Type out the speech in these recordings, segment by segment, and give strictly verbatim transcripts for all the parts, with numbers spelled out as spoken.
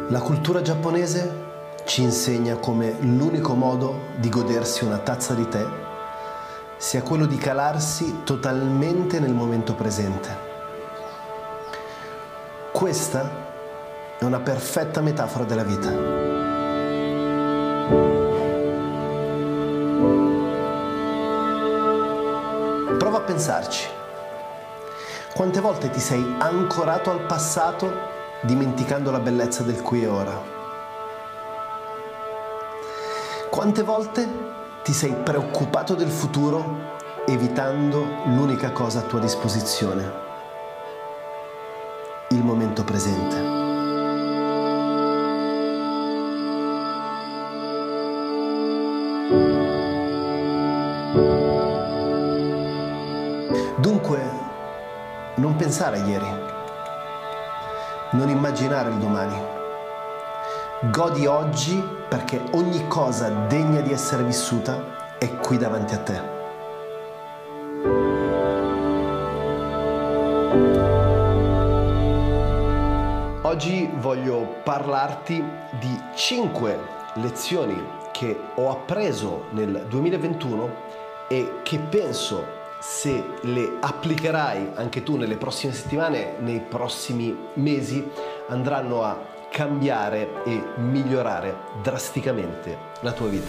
La cultura giapponese ci insegna come l'unico modo di godersi una tazza di tè sia quello di calarsi totalmente nel momento presente. Questa è una perfetta metafora della vita. Prova a pensarci. Quante volte ti sei ancorato al passato dimenticando la bellezza del qui e ora? Quante volte ti sei preoccupato del futuro evitando l'unica cosa a tua disposizione? Il momento presente. Dunque, non pensare a ieri, non immaginare il domani. Godi oggi perché ogni cosa degna di essere vissuta è qui davanti a te. Oggi voglio parlarti di cinque lezioni che ho appreso nel duemilaventuno e che penso, se le applicherai anche tu nelle prossime settimane, nei prossimi mesi, andranno a cambiare e migliorare drasticamente la tua vita.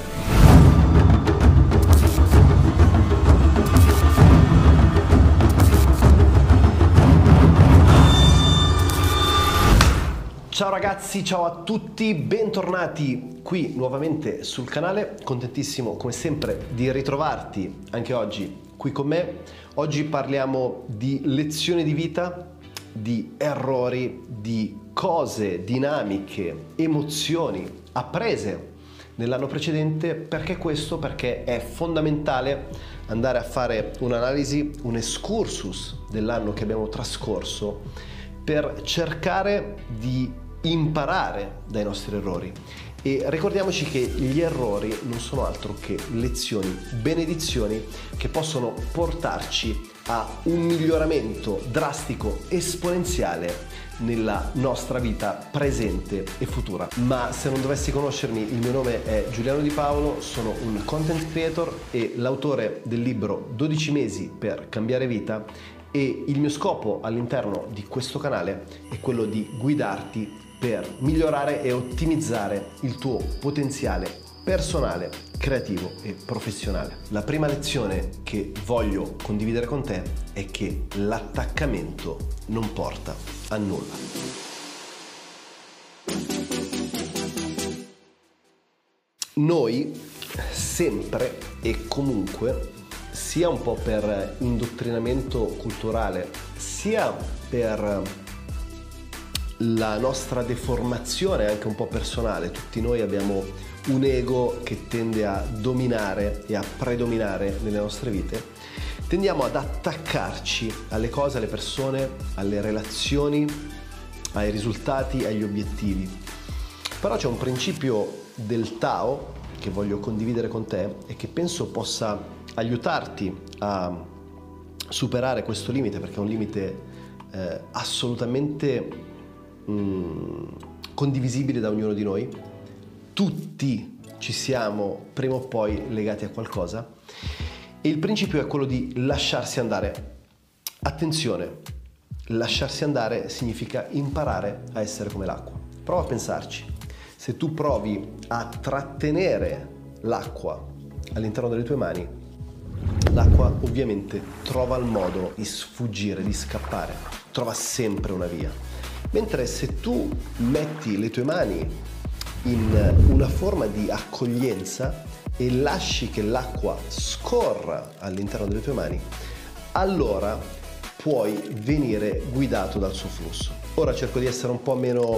Ciao ragazzi, ciao a tutti, bentornati qui nuovamente sul canale. Contentissimo come sempre di ritrovarti anche oggi qui con me. Oggi parliamo di lezioni di vita, di errori, di cose, dinamiche, emozioni apprese nell'anno precedente. Perché questo? Perché è fondamentale andare a fare un'analisi, un excursus dell'anno che abbiamo trascorso per cercare di imparare dai nostri errori. E ricordiamoci che gli errori non sono altro che lezioni, benedizioni che possono portarci a un miglioramento drastico, esponenziale nella nostra vita presente e futura. Ma se non dovessi conoscermi, il mio nome è Giuliano Di Paolo, sono un content creator e l'autore del libro dodici mesi per cambiare vita, e il mio scopo all'interno di questo canale è quello di guidarti per migliorare e ottimizzare il tuo potenziale personale, creativo e professionale. La prima lezione che voglio condividere con te è che l'attaccamento non porta a nulla. Noi sempre e comunque, sia un po' per indottrinamento culturale, sia per la nostra deformazione anche un po' personale, tutti noi abbiamo un ego che tende a dominare e a predominare nelle nostre vite, tendiamo ad attaccarci alle cose, alle persone, alle relazioni, ai risultati, agli obiettivi. Però c'è un principio del Tao che voglio condividere con te e che penso possa aiutarti a superare questo limite, perché è un limite eh, assolutamente mh, condivisibile da ognuno di noi. Tutti ci siamo prima o poi legati a qualcosa e il principio è quello di lasciarsi andare. Attenzione, lasciarsi andare significa imparare a essere come l'acqua. Prova a pensarci. Se tu provi a trattenere l'acqua all'interno delle tue mani, l'acqua ovviamente trova il modo di sfuggire, di scappare, trova sempre una via. Mentre se tu metti le tue mani in una forma di accoglienza e lasci che l'acqua scorra all'interno delle tue mani, allora puoi venire guidato dal suo flusso. Ora cerco di essere un po' meno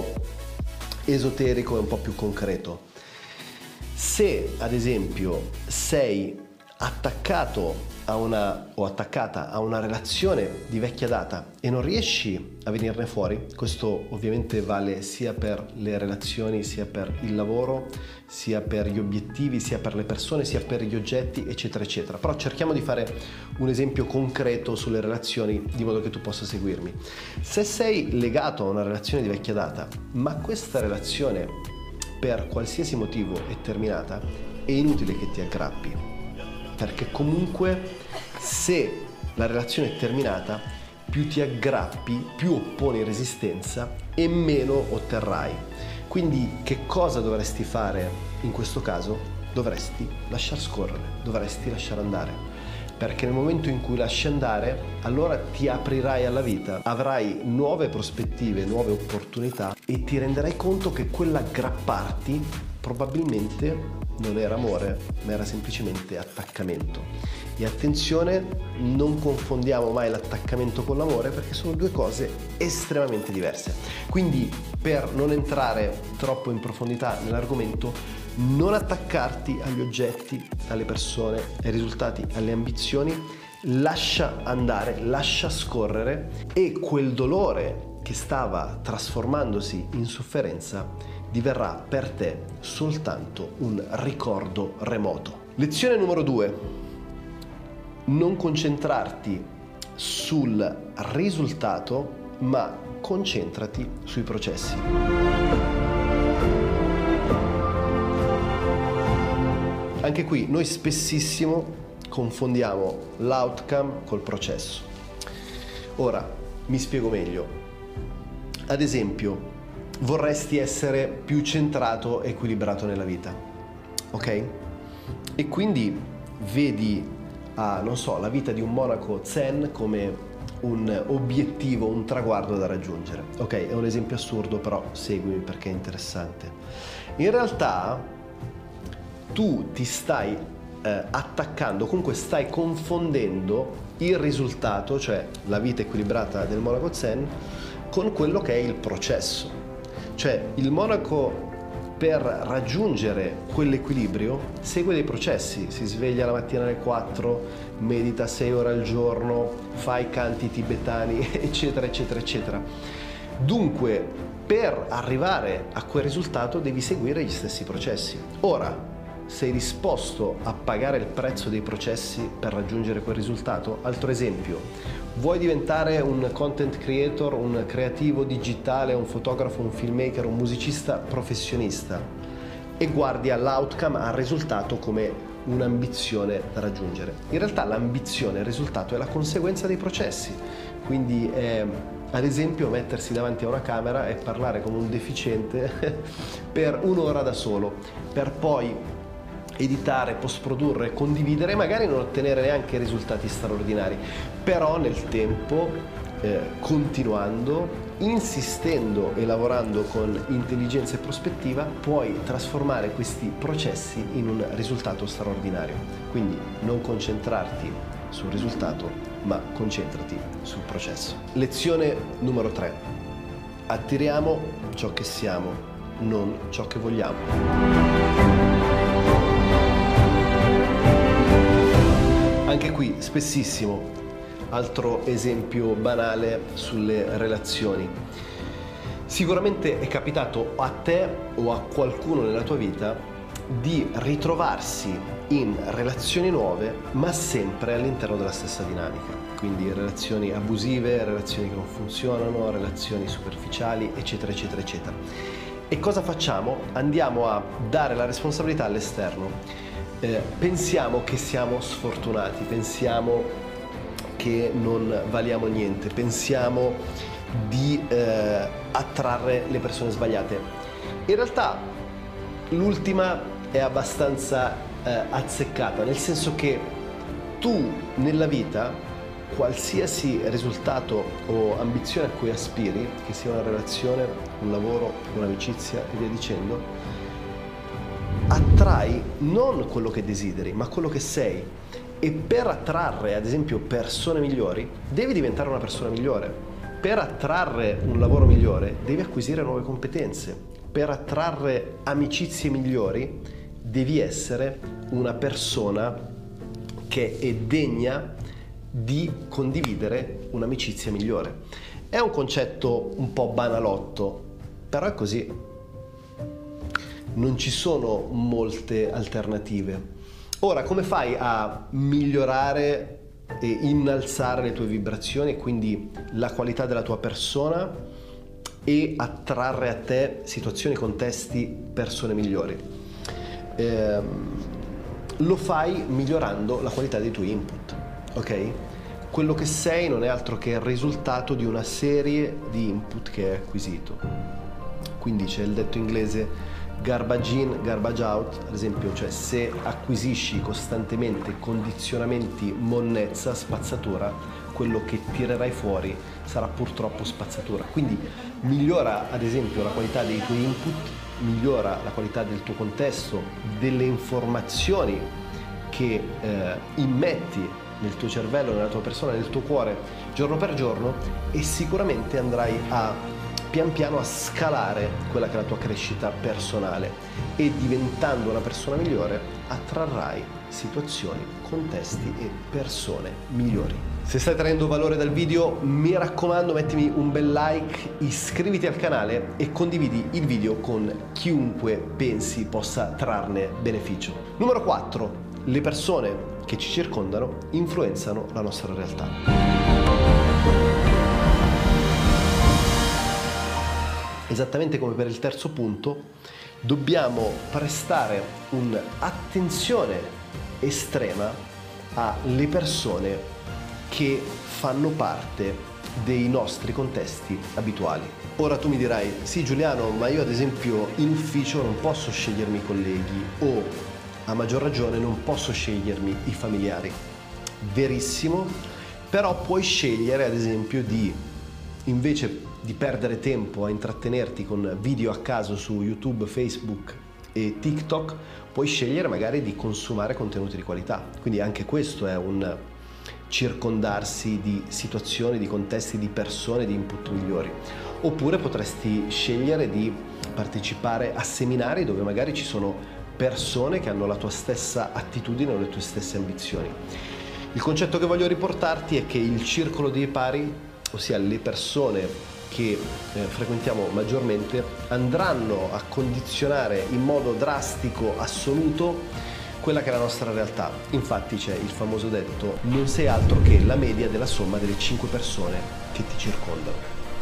esoterico e un po' più concreto. Se ad esempio sei attaccato a una o attaccata a una relazione di vecchia data e non riesci a venirne fuori, questo ovviamente vale sia per le relazioni, sia per il lavoro, sia per gli obiettivi, sia per le persone, sia per gli oggetti, eccetera eccetera. Però cerchiamo di fare un esempio concreto sulle relazioni di modo che tu possa seguirmi. Se sei legato a una relazione di vecchia data, ma questa relazione per qualsiasi motivo è terminata, è inutile che ti aggrappi, perché comunque se la relazione è terminata, più ti aggrappi, più opponi resistenza e meno otterrai. Quindi che cosa dovresti fare in questo caso? Dovresti lasciar scorrere, dovresti lasciare andare, perché nel momento in cui lasci andare, allora ti aprirai alla vita, avrai nuove prospettive, nuove opportunità e ti renderai conto che quell'aggrapparti probabilmente non era amore, ma era semplicemente attaccamento. E attenzione, non confondiamo mai l'attaccamento con l'amore, perché sono due cose estremamente diverse. Quindi, per non entrare troppo in profondità nell'argomento, non attaccarti agli oggetti, alle persone, ai risultati, alle ambizioni, lascia andare, lascia scorrere e quel dolore che stava trasformandosi in sofferenza diverrà per te soltanto un ricordo remoto. Lezione numero due. Non concentrarti sul risultato, ma concentrati sui processi. Anche qui noi spessissimo confondiamo l'outcome col processo. Ora, mi spiego meglio. Ad esempio, vorresti essere più centrato e equilibrato nella vita, ok? E quindi vedi, ah, non so, la vita di un monaco zen come un obiettivo, un traguardo da raggiungere. Ok, è un esempio assurdo, però seguimi perché è interessante. In realtà tu ti stai eh, attaccando, comunque stai confondendo il risultato, cioè la vita equilibrata del monaco zen, con quello che è il processo. Cioè il monaco, per raggiungere quell'equilibrio, segue dei processi, si sveglia la mattina alle quattro, medita sei ore al giorno, fa i canti tibetani, eccetera, eccetera, eccetera. Dunque, per arrivare a quel risultato devi seguire gli stessi processi. Ora, sei disposto a pagare il prezzo dei processi per raggiungere quel risultato? Altro esempio, vuoi diventare un content creator, un creativo digitale, un fotografo, un filmmaker, un musicista professionista e guardi all'outcome, al risultato come un'ambizione da raggiungere. In realtà l'ambizione, il risultato è la conseguenza dei processi, quindi è, ad esempio, mettersi davanti a una camera e parlare come un deficiente per un'ora da solo, per poi editare, post-produrre, condividere e magari non ottenere neanche risultati straordinari, però nel tempo, eh, continuando, insistendo e lavorando con intelligenza e prospettiva, puoi trasformare questi processi in un risultato straordinario. Quindi non concentrarti sul risultato, ma concentrati sul processo. Lezione numero tre. Attiriamo ciò che siamo, non ciò che vogliamo. Anche qui, spessissimo, altro esempio banale sulle relazioni. Sicuramente è capitato a te o a qualcuno nella tua vita di ritrovarsi in relazioni nuove, ma sempre all'interno della stessa dinamica. Quindi relazioni abusive, relazioni che non funzionano, relazioni superficiali, eccetera, eccetera, eccetera. E cosa facciamo? Andiamo a dare la responsabilità all'esterno. Eh, pensiamo che siamo sfortunati, pensiamo che non valiamo niente, pensiamo di eh, attrarre le persone sbagliate. In realtà l'ultima è abbastanza eh, azzeccata, nel senso che tu nella vita, qualsiasi risultato o ambizione a cui aspiri, che sia una relazione, un lavoro, un'amicizia e via dicendo, attrai non quello che desideri, ma quello che sei. E per attrarre, ad esempio, persone migliori, devi diventare una persona migliore. Per attrarre un lavoro migliore, devi acquisire nuove competenze. Per attrarre amicizie migliori, devi essere una persona che è degna di condividere un'amicizia migliore. È un concetto un po' banalotto, però è così. Non ci sono molte alternative. Ora, come fai a migliorare e innalzare le tue vibrazioni e quindi la qualità della tua persona e attrarre a te situazioni, contesti, persone migliori? Ehm, lo fai migliorando la qualità dei tuoi input, ok? Quello che sei non è altro che il risultato di una serie di input che hai acquisito. Quindi c'è il detto inglese garbage in, garbage out, ad esempio, cioè se acquisisci costantemente condizionamenti, monnezza, spazzatura, quello che tirerai fuori sarà purtroppo spazzatura. Quindi migliora ad esempio la qualità dei tuoi input, migliora la qualità del tuo contesto, delle informazioni che eh, immetti nel tuo cervello, nella tua persona, nel tuo cuore, giorno per giorno, e sicuramente andrai a pian piano a scalare quella che è la tua crescita personale e diventando una persona migliore attrarrai situazioni, contesti e persone migliori. Se stai traendo valore dal video, mi raccomando, mettimi un bel like, iscriviti al canale e condividi il video con chiunque pensi possa trarne beneficio. Numero quattro. Le persone che ci circondano influenzano la nostra realtà. Esattamente come per il terzo punto, dobbiamo prestare un'attenzione estrema alle persone che fanno parte dei nostri contesti abituali. Ora tu mi dirai, sì Giuliano, ma io ad esempio in ufficio non posso scegliermi i colleghi o a maggior ragione non posso scegliermi i familiari. Verissimo, però puoi scegliere ad esempio di, invece di perdere tempo a intrattenerti con video a caso su YouTube, Facebook e TikTok, puoi scegliere magari di consumare contenuti di qualità. Quindi anche questo è un circondarsi di situazioni, di contesti, di persone, di input migliori. Oppure potresti scegliere di partecipare a seminari dove magari ci sono persone che hanno la tua stessa attitudine o le tue stesse ambizioni. Il concetto che voglio riportarti è che il circolo dei pari, ossia le persone che eh, frequentiamo maggiormente, andranno a condizionare in modo drastico, assoluto, quella che è la nostra realtà. Infatti c'è il famoso detto: non sei altro che la media della somma delle cinque persone che ti circondano.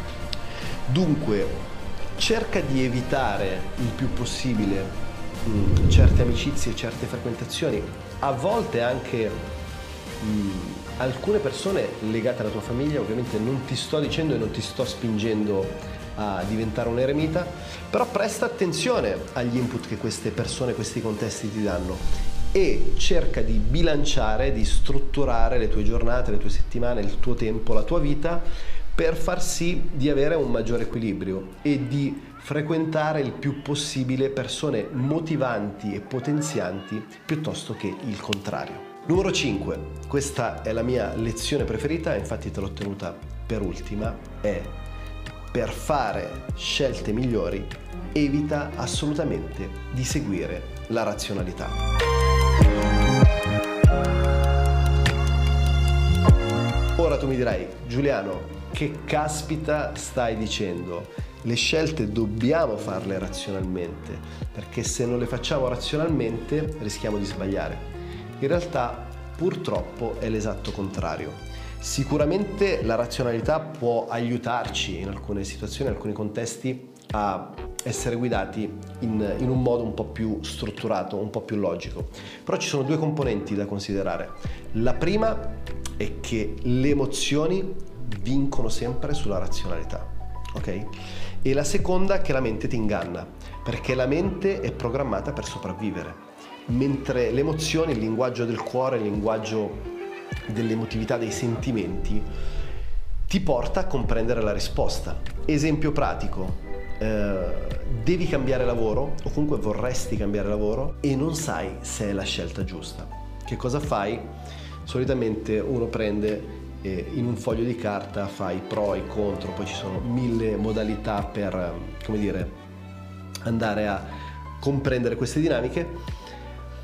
Dunque cerca di evitare il più possibile mh, certe amicizie, certe frequentazioni, a volte anche mh, alcune persone legate alla tua famiglia. Ovviamente non ti sto dicendo e non ti sto spingendo a diventare un eremita, però presta attenzione agli input che queste persone, questi contesti ti danno e cerca di bilanciare, di strutturare le tue giornate, le tue settimane, il tuo tempo, la tua vita per far sì di avere un maggiore equilibrio e di frequentare il più possibile persone motivanti e potenzianti piuttosto che il contrario. Numero cinque, questa è la mia lezione preferita, infatti te l'ho tenuta per ultima, è: per fare scelte migliori evita assolutamente di seguire la razionalità. Ora tu mi dirai: Giuliano, che caspita stai dicendo? Le scelte dobbiamo farle razionalmente, perché se non le facciamo razionalmente rischiamo di sbagliare. In realtà purtroppo è l'esatto contrario. Sicuramente la razionalità può aiutarci in alcune situazioni, in alcuni contesti, a essere guidati in, in un modo un po' più strutturato, un po' più logico. Però ci sono due componenti da considerare. La prima è che le emozioni vincono sempre sulla razionalità, ok? E la seconda è che la mente ti inganna, perché la mente è programmata per sopravvivere, mentre le emozioni, il linguaggio del cuore, il linguaggio dell'emotività, dei sentimenti, ti porta a comprendere la risposta. Esempio pratico: eh, devi cambiare lavoro o comunque vorresti cambiare lavoro e non sai se è la scelta giusta. Che cosa fai? Solitamente uno prende e in un foglio di carta fa i pro e i contro, poi ci sono mille modalità per, come dire, andare a comprendere queste dinamiche.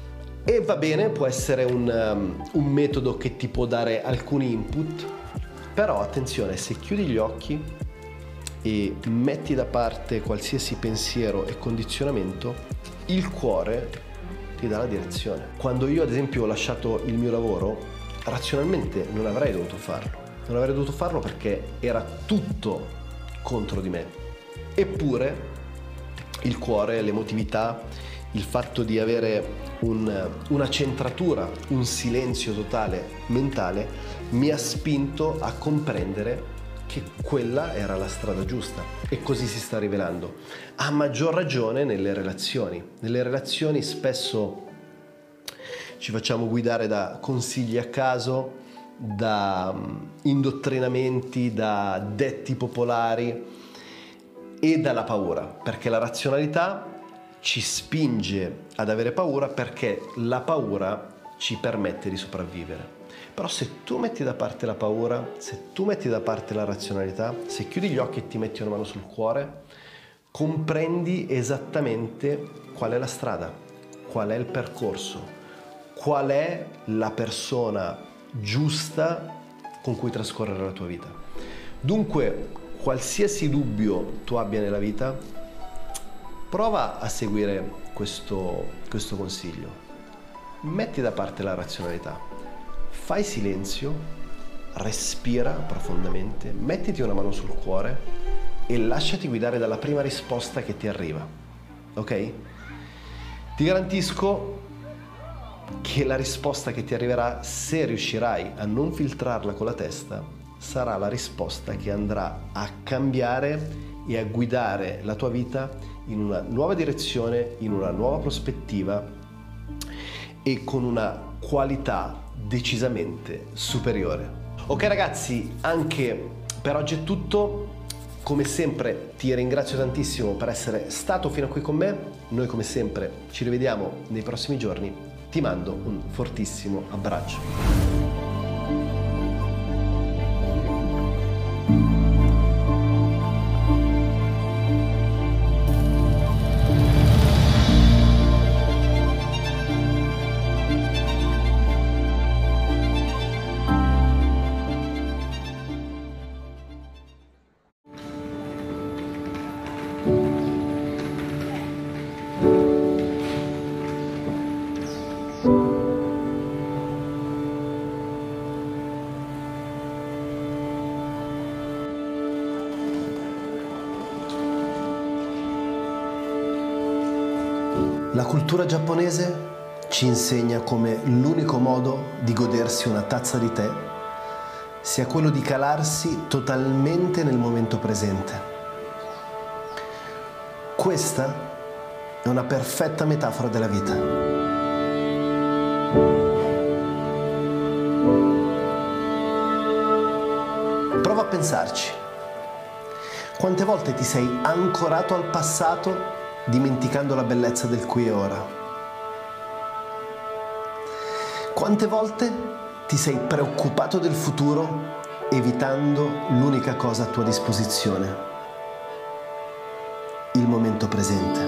E va bene, può essere un, um, un metodo che ti può dare alcuni input, però attenzione, se chiudi gli occhi e metti da parte qualsiasi pensiero e condizionamento, il cuore ti dà la direzione. Quando io ad esempio ho lasciato il mio lavoro, razionalmente non avrei dovuto farlo. Non avrei dovuto farlo perché era tutto contro di me. Eppure il cuore, l'emotività, il fatto di avere un, una centratura, un silenzio totale mentale mi ha spinto a comprendere che quella era la strada giusta, e così si sta rivelando. A maggior ragione nelle relazioni. Nelle relazioni spesso ci facciamo guidare da consigli a caso, da indottrinamenti, da detti popolari e dalla paura, perché la razionalità ci spinge ad avere paura, perché la paura ci permette di sopravvivere. Però se tu metti da parte la paura, se tu metti da parte la razionalità, se chiudi gli occhi e ti metti una mano sul cuore, comprendi esattamente qual è la strada, qual è il percorso, qual è la persona giusta con cui trascorrere la tua vita. Dunque, qualsiasi dubbio tu abbia nella vita, prova a seguire questo, questo consiglio. Metti da parte la razionalità, fai silenzio, respira profondamente, mettiti una mano sul cuore e lasciati guidare dalla prima risposta che ti arriva, ok? Ti garantisco che la risposta che ti arriverà, se riuscirai a non filtrarla con la testa, sarà la risposta che andrà a cambiare e a guidare la tua vita in una nuova direzione, in una nuova prospettiva e con una qualità decisamente superiore. Ok ragazzi, anche per oggi è tutto. Come sempre ti ringrazio tantissimo per essere stato fino a qui con me. Noi come sempre ci rivediamo nei prossimi giorni. Ti mando un fortissimo abbraccio. La cultura giapponese ci insegna come l'unico modo di godersi una tazza di tè sia quello di calarsi totalmente nel momento presente. Questa è una perfetta metafora della vita. Prova a pensarci. Quante volte ti sei ancorato al passato dimenticando la bellezza del qui e ora? Quante volte ti sei preoccupato del futuro evitando l'unica cosa a tua disposizione? Il momento presente.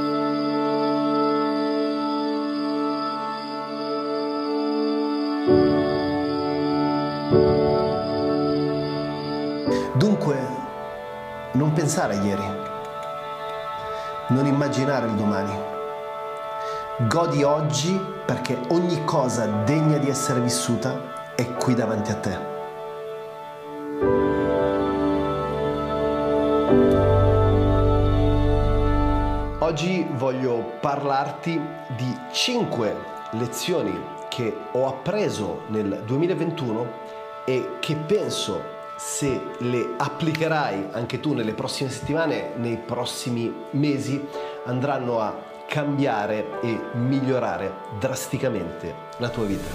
Dunque, non pensare a ieri. Non immaginare il domani. Godi oggi, perché ogni cosa degna di essere vissuta è qui davanti a te. Oggi voglio parlarti di cinque lezioni che ho appreso nel duemilaventuno e che penso, se le applicherai anche tu nelle prossime settimane, nei prossimi mesi, andranno a cambiare e migliorare drasticamente la tua vita.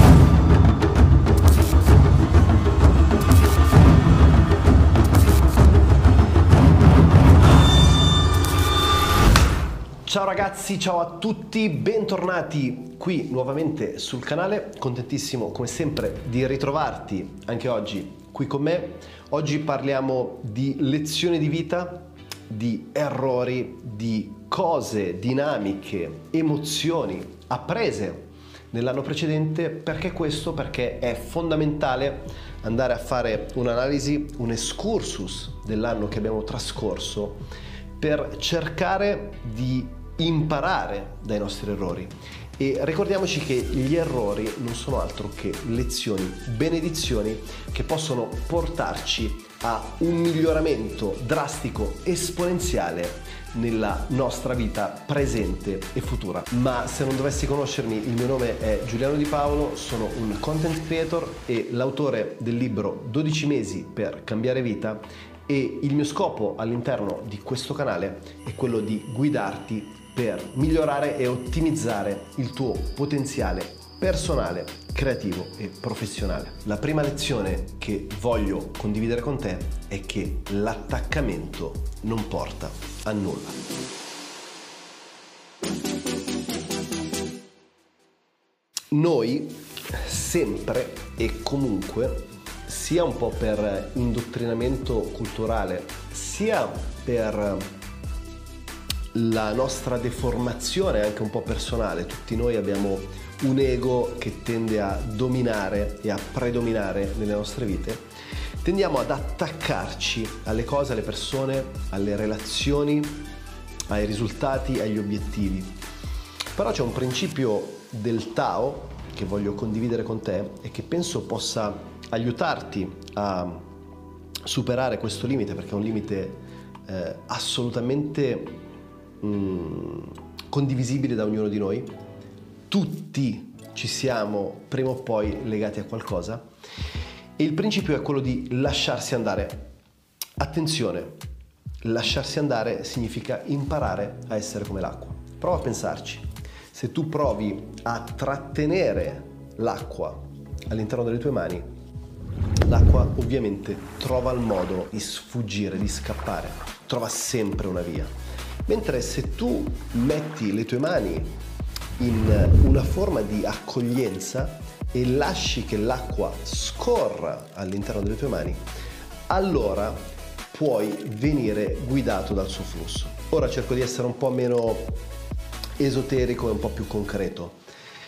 Ciao ragazzi, ciao a tutti, bentornati qui nuovamente sul canale. Contentissimo come sempre di ritrovarti anche oggi qui con me. Oggi parliamo di lezioni di vita, di errori, di cose, dinamiche, emozioni apprese nell'anno precedente. Perché questo? Perché è fondamentale andare a fare un'analisi, un excursus dell'anno che abbiamo trascorso per cercare di imparare dai nostri errori. E ricordiamoci che gli errori non sono altro che lezioni, benedizioni che possono portarci a un miglioramento drastico, esponenziale nella nostra vita presente e futura. Ma se non dovessi conoscermi, il mio nome è Giuliano Di Paolo, sono un content creator e l'autore del libro dodici mesi per cambiare vita, e il mio scopo all'interno di questo canale è quello di guidarti per migliorare e ottimizzare il tuo potenziale personale, creativo e professionale. La prima lezione che voglio condividere con te è che l'attaccamento non porta a nulla. Noi sempre e comunque, sia un po' per indottrinamento culturale, sia per la nostra deformazione anche un po' personale, tutti noi abbiamo un ego che tende a dominare e a predominare nelle nostre vite, tendiamo ad attaccarci alle cose, alle persone, alle relazioni, ai risultati, agli obiettivi. Però c'è un principio del Tao che voglio condividere con te e che penso possa aiutarti a superare questo limite, perché è un limite eh, assolutamente condivisibile da ognuno di noi. Tutti ci siamo prima o poi legati a qualcosa e il principio è quello di lasciarsi andare. Attenzione, lasciarsi andare significa imparare a essere come l'acqua. Prova a pensarci. Se tu provi a trattenere l'acqua all'interno delle tue mani, l'acqua ovviamente trova il modo di sfuggire, di scappare, trova sempre una via. Mentre se tu metti le tue mani in una forma di accoglienza e lasci che l'acqua scorra all'interno delle tue mani, allora puoi venire guidato dal suo flusso. Ora cerco di essere un po' meno esoterico e un po' più concreto.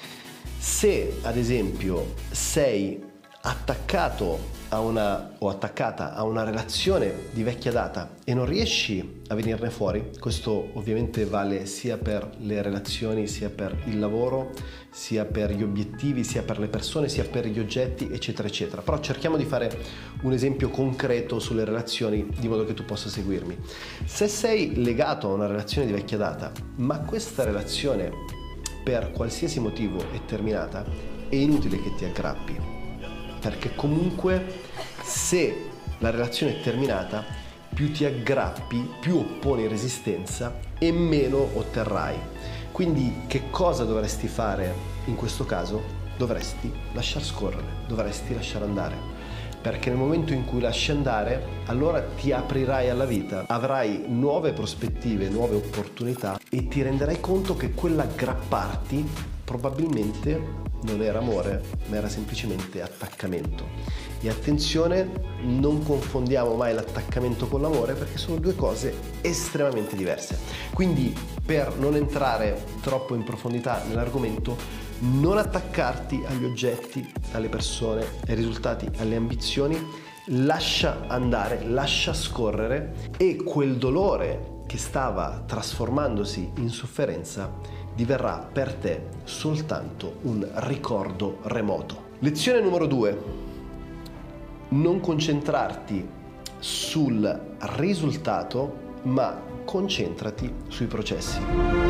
Se ad esempio sei attaccato a una o attaccata a una relazione di vecchia data e non riesci a venirne fuori, questo ovviamente vale sia per le relazioni, sia per il lavoro, sia per gli obiettivi, sia per le persone, sia per gli oggetti, eccetera eccetera. Però cerchiamo di fare un esempio concreto sulle relazioni di modo che tu possa seguirmi. Se sei legato a una relazione di vecchia data, ma questa relazione per qualsiasi motivo è terminata, è inutile che ti aggrappi, perché comunque se la relazione è terminata, più ti aggrappi, più opponi resistenza e meno otterrai. Quindi che cosa dovresti fare in questo caso? Dovresti lasciar scorrere, dovresti lasciare andare, perché nel momento in cui lasci andare, allora ti aprirai alla vita, avrai nuove prospettive, nuove opportunità e ti renderai conto che quell'aggrapparti probabilmente non era amore, ma era semplicemente attaccamento. E attenzione, non confondiamo mai l'attaccamento con l'amore, perché sono due cose estremamente diverse. Quindi, per non entrare troppo in profondità nell'argomento, non attaccarti agli oggetti, alle persone, ai risultati, alle ambizioni, lascia andare, lascia scorrere, e quel dolore che stava trasformandosi in sofferenza diverrà per te soltanto un ricordo remoto. Lezione numero due. Non concentrarti sul risultato, ma concentrati sui processi.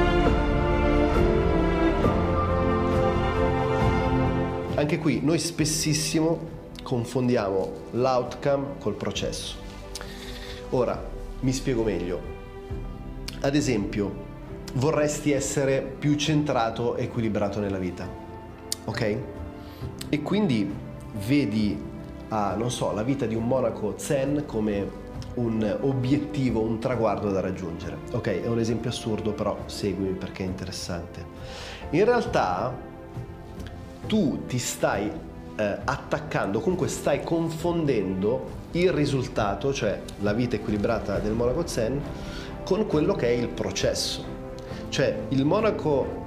Anche qui noi spessissimo confondiamo l'outcome col processo. Ora, mi spiego meglio. Ad esempio, vorresti essere più centrato e equilibrato nella vita, ok? E quindi vedi, ah, non so, la vita di un monaco zen come un obiettivo, un traguardo da raggiungere. Ok, è un esempio assurdo, però seguimi perché è interessante. In realtà tu ti stai eh, attaccando, comunque stai confondendo il risultato, cioè la vita equilibrata del monaco zen, con quello che è il processo. Cioè il monaco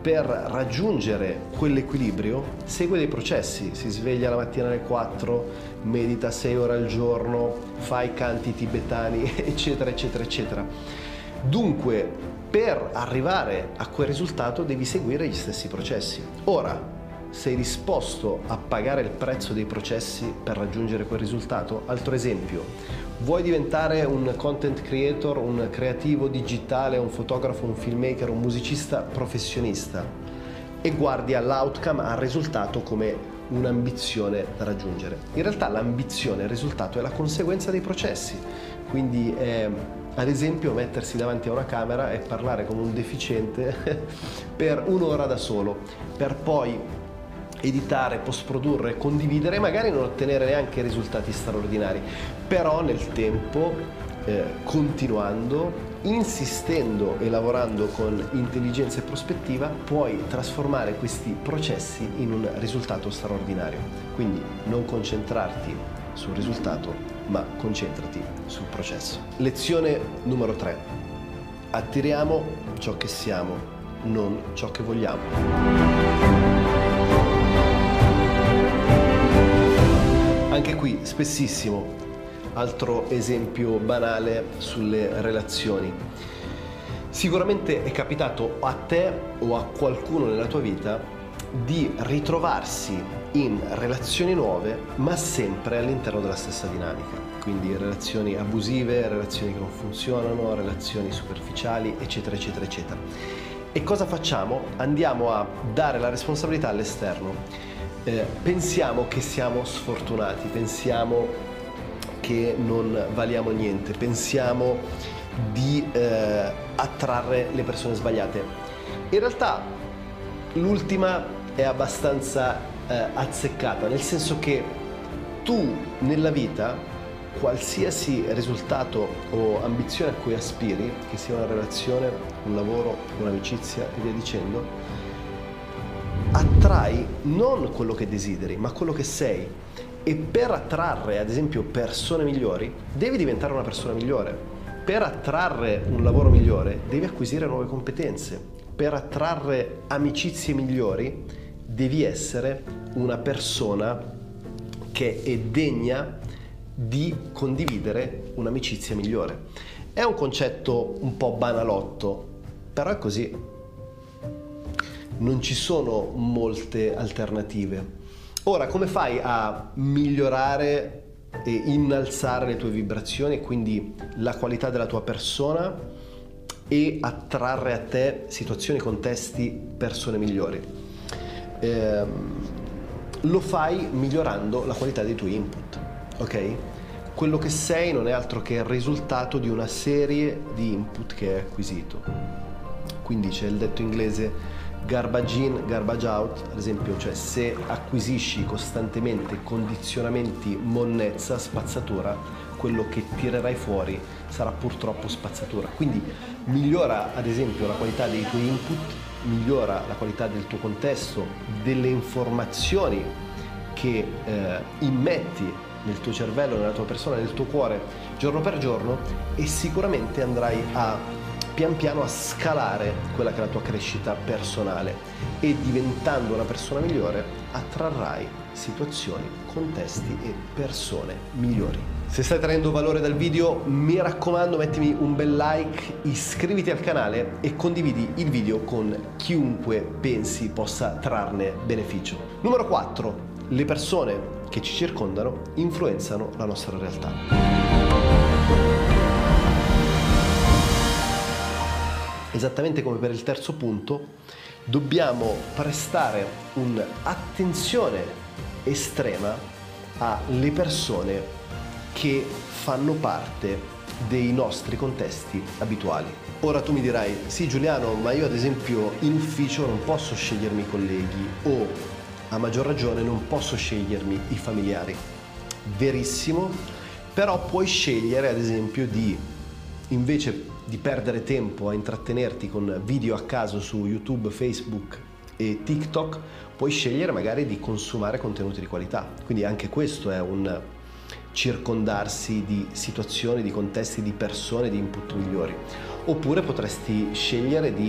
per raggiungere quell'equilibrio segue dei processi, si sveglia la mattina alle quattro, medita sei ore al giorno, fa i canti tibetani, eccetera, eccetera, eccetera. Dunque, per arrivare a quel risultato devi seguire gli stessi processi. Ora, sei disposto a pagare il prezzo dei processi per raggiungere quel risultato? Altro esempio, vuoi diventare un content creator, un creativo digitale, un fotografo, un filmmaker, un musicista professionista e guardi all'outcome, al risultato come un'ambizione da raggiungere. In realtà l'ambizione, il risultato è la conseguenza dei processi, quindi è, ad esempio, mettersi davanti a una camera e parlare come un deficiente per un'ora da solo, per poi editare, post-produrre, condividere e magari non ottenere neanche risultati straordinari, però nel tempo, eh, continuando, insistendo e lavorando con intelligenza e prospettiva, puoi trasformare questi processi in un risultato straordinario. Quindi non concentrarti sul risultato, ma concentrati sul processo. Lezione numero tre. Attiriamo ciò che siamo, non ciò che vogliamo. Anche qui, spessissimo, altro esempio banale sulle relazioni. Sicuramente è capitato a te o a qualcuno nella tua vita di ritrovarsi in relazioni nuove, ma sempre all'interno della stessa dinamica. Quindi relazioni abusive, relazioni che non funzionano, relazioni superficiali, eccetera, eccetera, eccetera. E cosa facciamo? Andiamo a dare la responsabilità all'esterno. Eh, pensiamo che siamo sfortunati, pensiamo che non valiamo niente, pensiamo di eh, attrarre le persone sbagliate. In realtà l'ultima è abbastanza eh, azzeccata, nel senso che tu nella vita, qualsiasi risultato o ambizione a cui aspiri, che sia una relazione, un lavoro, un'amicizia e via dicendo, attrai non quello che desideri, ma quello che sei. E per attrarre, ad esempio, persone migliori, devi diventare una persona migliore. Per attrarre un lavoro migliore, devi acquisire nuove competenze. Per attrarre amicizie migliori, devi essere una persona che è degna di condividere un'amicizia migliore. È un concetto un po' banalotto, però è così. Non ci sono molte alternative. Ora, come fai a migliorare e innalzare le tue vibrazioni e quindi la qualità della tua persona e attrarre a te situazioni, contesti, persone migliori? Eh, lo fai migliorando la qualità dei tuoi input, ok? Quello che sei non è altro che il risultato di una serie di input che hai acquisito. Quindi c'è il detto inglese garbage in, garbage out, ad esempio, cioè se acquisisci costantemente condizionamenti, monnezza, spazzatura, quello che tirerai fuori sarà purtroppo spazzatura. Quindi migliora ad esempio la qualità dei tuoi input, migliora la qualità del tuo contesto, delle informazioni che eh, immetti nel tuo cervello, nella tua persona, nel tuo cuore giorno per giorno, e sicuramente andrai a pian piano a scalare quella che è la tua crescita personale, e diventando una persona migliore attrarrai situazioni, contesti e persone migliori. Se stai traendo valore dal video, mi raccomando, mettimi un bel like, iscriviti al canale e condividi il video con chiunque pensi possa trarne beneficio. Numero quattro. Le persone che ci circondano influenzano la nostra realtà. Esattamente come per il terzo punto, dobbiamo prestare un'attenzione estrema alle persone che fanno parte dei nostri contesti abituali. Ora tu mi dirai, sì Giuliano, ma io ad esempio in ufficio non posso scegliermi i colleghi, o a maggior ragione non posso scegliermi i familiari. Verissimo, però puoi scegliere ad esempio di, invece di perdere tempo a intrattenerti con video a caso su YouTube, Facebook e TikTok, puoi scegliere magari di consumare contenuti di qualità. Quindi anche questo è un circondarsi di situazioni, di contesti, di persone, di input migliori. Oppure potresti scegliere di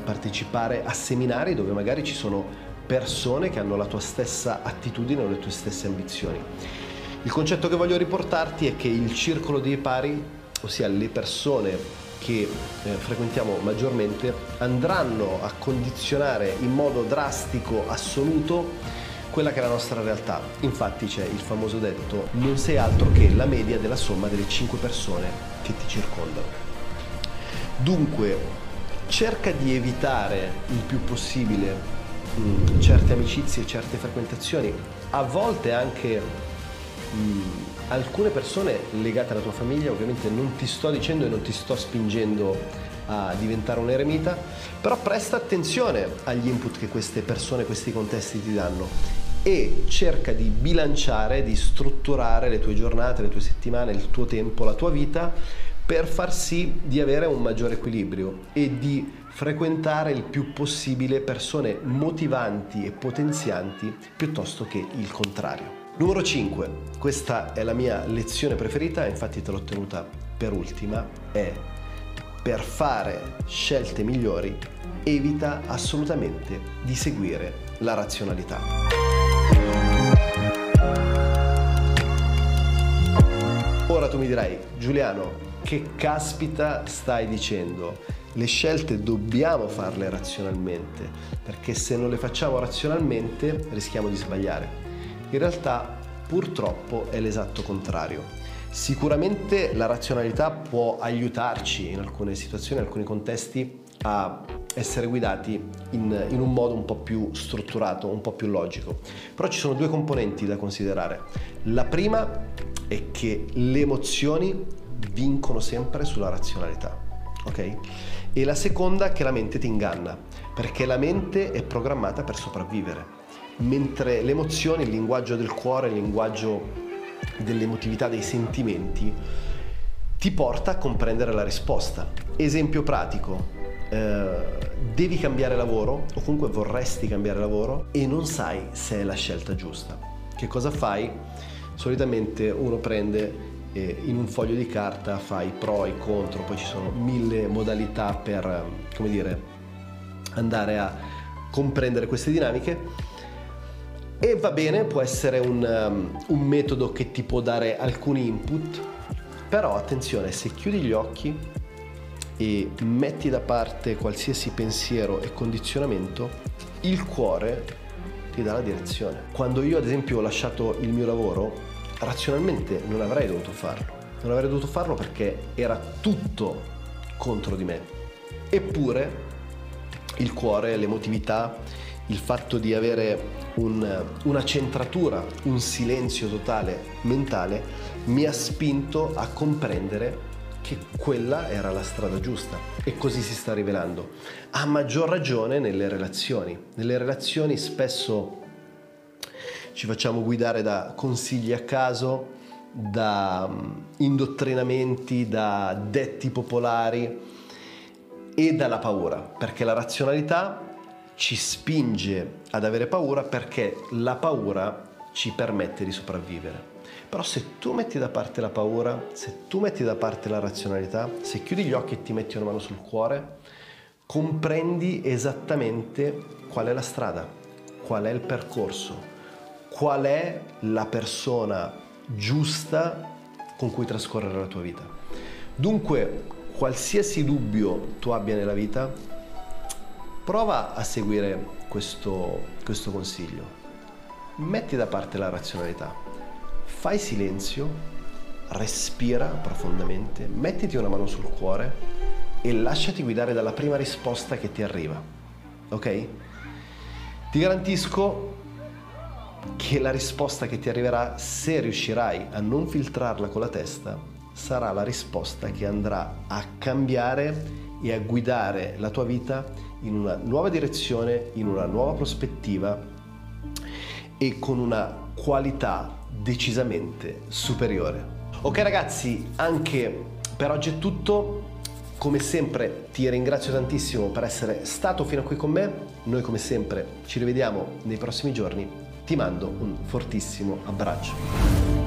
partecipare a seminari dove magari ci sono persone che hanno la tua stessa attitudine o le tue stesse ambizioni. Il concetto che voglio riportarti è che il circolo dei pari, ossia le persone che eh, frequentiamo maggiormente, andranno a condizionare in modo drastico, assoluto, quella che è la nostra realtà. Infatti c'è il famoso detto: non sei altro che la media della somma delle cinque persone che ti circondano. Dunque cerca di evitare il più possibile mh, certe amicizie, certe frequentazioni, a volte anche mh, alcune persone legate alla tua famiglia. Ovviamente non ti sto dicendo e non ti sto spingendo a diventare un eremita, però presta attenzione agli input che queste persone, questi contesti ti danno, e cerca di bilanciare, di strutturare le tue giornate, le tue settimane, il tuo tempo, la tua vita, per far sì di avere un maggiore equilibrio e di frequentare il più possibile persone motivanti e potenzianti piuttosto che il contrario. Numero cinque, questa è la mia lezione preferita, infatti te l'ho tenuta per ultima, è: per fare scelte migliori evita assolutamente di seguire la razionalità. Ora tu mi dirai: Giuliano, che caspita stai dicendo? Le scelte dobbiamo farle razionalmente, perché se non le facciamo razionalmente rischiamo di sbagliare. In realtà purtroppo è l'esatto contrario. Sicuramente la razionalità può aiutarci in alcune situazioni, in alcuni contesti, a essere guidati in, in un modo un po' più strutturato, un po' più logico. Però ci sono due componenti da considerare. La prima è che le emozioni vincono sempre sulla razionalità, ok? E la seconda è che la mente ti inganna, perché la mente è programmata per sopravvivere, mentre le emozioni, il linguaggio del cuore, il linguaggio dell'emotività, dei sentimenti, ti porta a comprendere la risposta. Esempio pratico: eh, devi cambiare lavoro, o comunque vorresti cambiare lavoro, e non sai se è la scelta giusta. Che cosa fai? Solitamente uno prende e in un foglio di carta fa i pro e i contro, poi ci sono mille modalità per, come dire, andare a comprendere queste dinamiche. E va bene, può essere un, um, un metodo che ti può dare alcuni input, però attenzione, se chiudi gli occhi e metti da parte qualsiasi pensiero e condizionamento, il cuore ti dà la direzione. Quando io ad esempio ho lasciato il mio lavoro, razionalmente non avrei dovuto farlo. Non avrei dovuto farlo perché era tutto contro di me. Eppure il cuore, l'emotività, il fatto di avere un, una centratura, un silenzio totale mentale mi ha spinto a comprendere che quella era la strada giusta, e così si sta rivelando. A maggior ragione nelle relazioni. Nelle relazioni spesso ci facciamo guidare da consigli a caso, da indottrinamenti, da detti popolari e dalla paura, perché la razionalità ci spinge ad avere paura, perché la paura ci permette di sopravvivere. Però se tu metti da parte la paura, se tu metti da parte la razionalità, se chiudi gli occhi e ti metti una mano sul cuore, comprendi esattamente qual è la strada, qual è il percorso, qual è la persona giusta con cui trascorrere la tua vita. Dunque, qualsiasi dubbio tu abbia nella vita, prova a seguire questo, questo consiglio. Metti da parte la razionalità, fai silenzio, respira profondamente, mettiti una mano sul cuore e lasciati guidare dalla prima risposta che ti arriva, ok? Ti garantisco che la risposta che ti arriverà, se riuscirai a non filtrarla con la testa, sarà la risposta che andrà a cambiare e a guidare la tua vita in una nuova direzione, in una nuova prospettiva e con una qualità decisamente superiore. Ok ragazzi, anche per oggi è tutto. Come sempre ti ringrazio tantissimo per essere stato fino a qui con me. Noi come sempre ci rivediamo nei prossimi giorni. Ti mando un fortissimo abbraccio.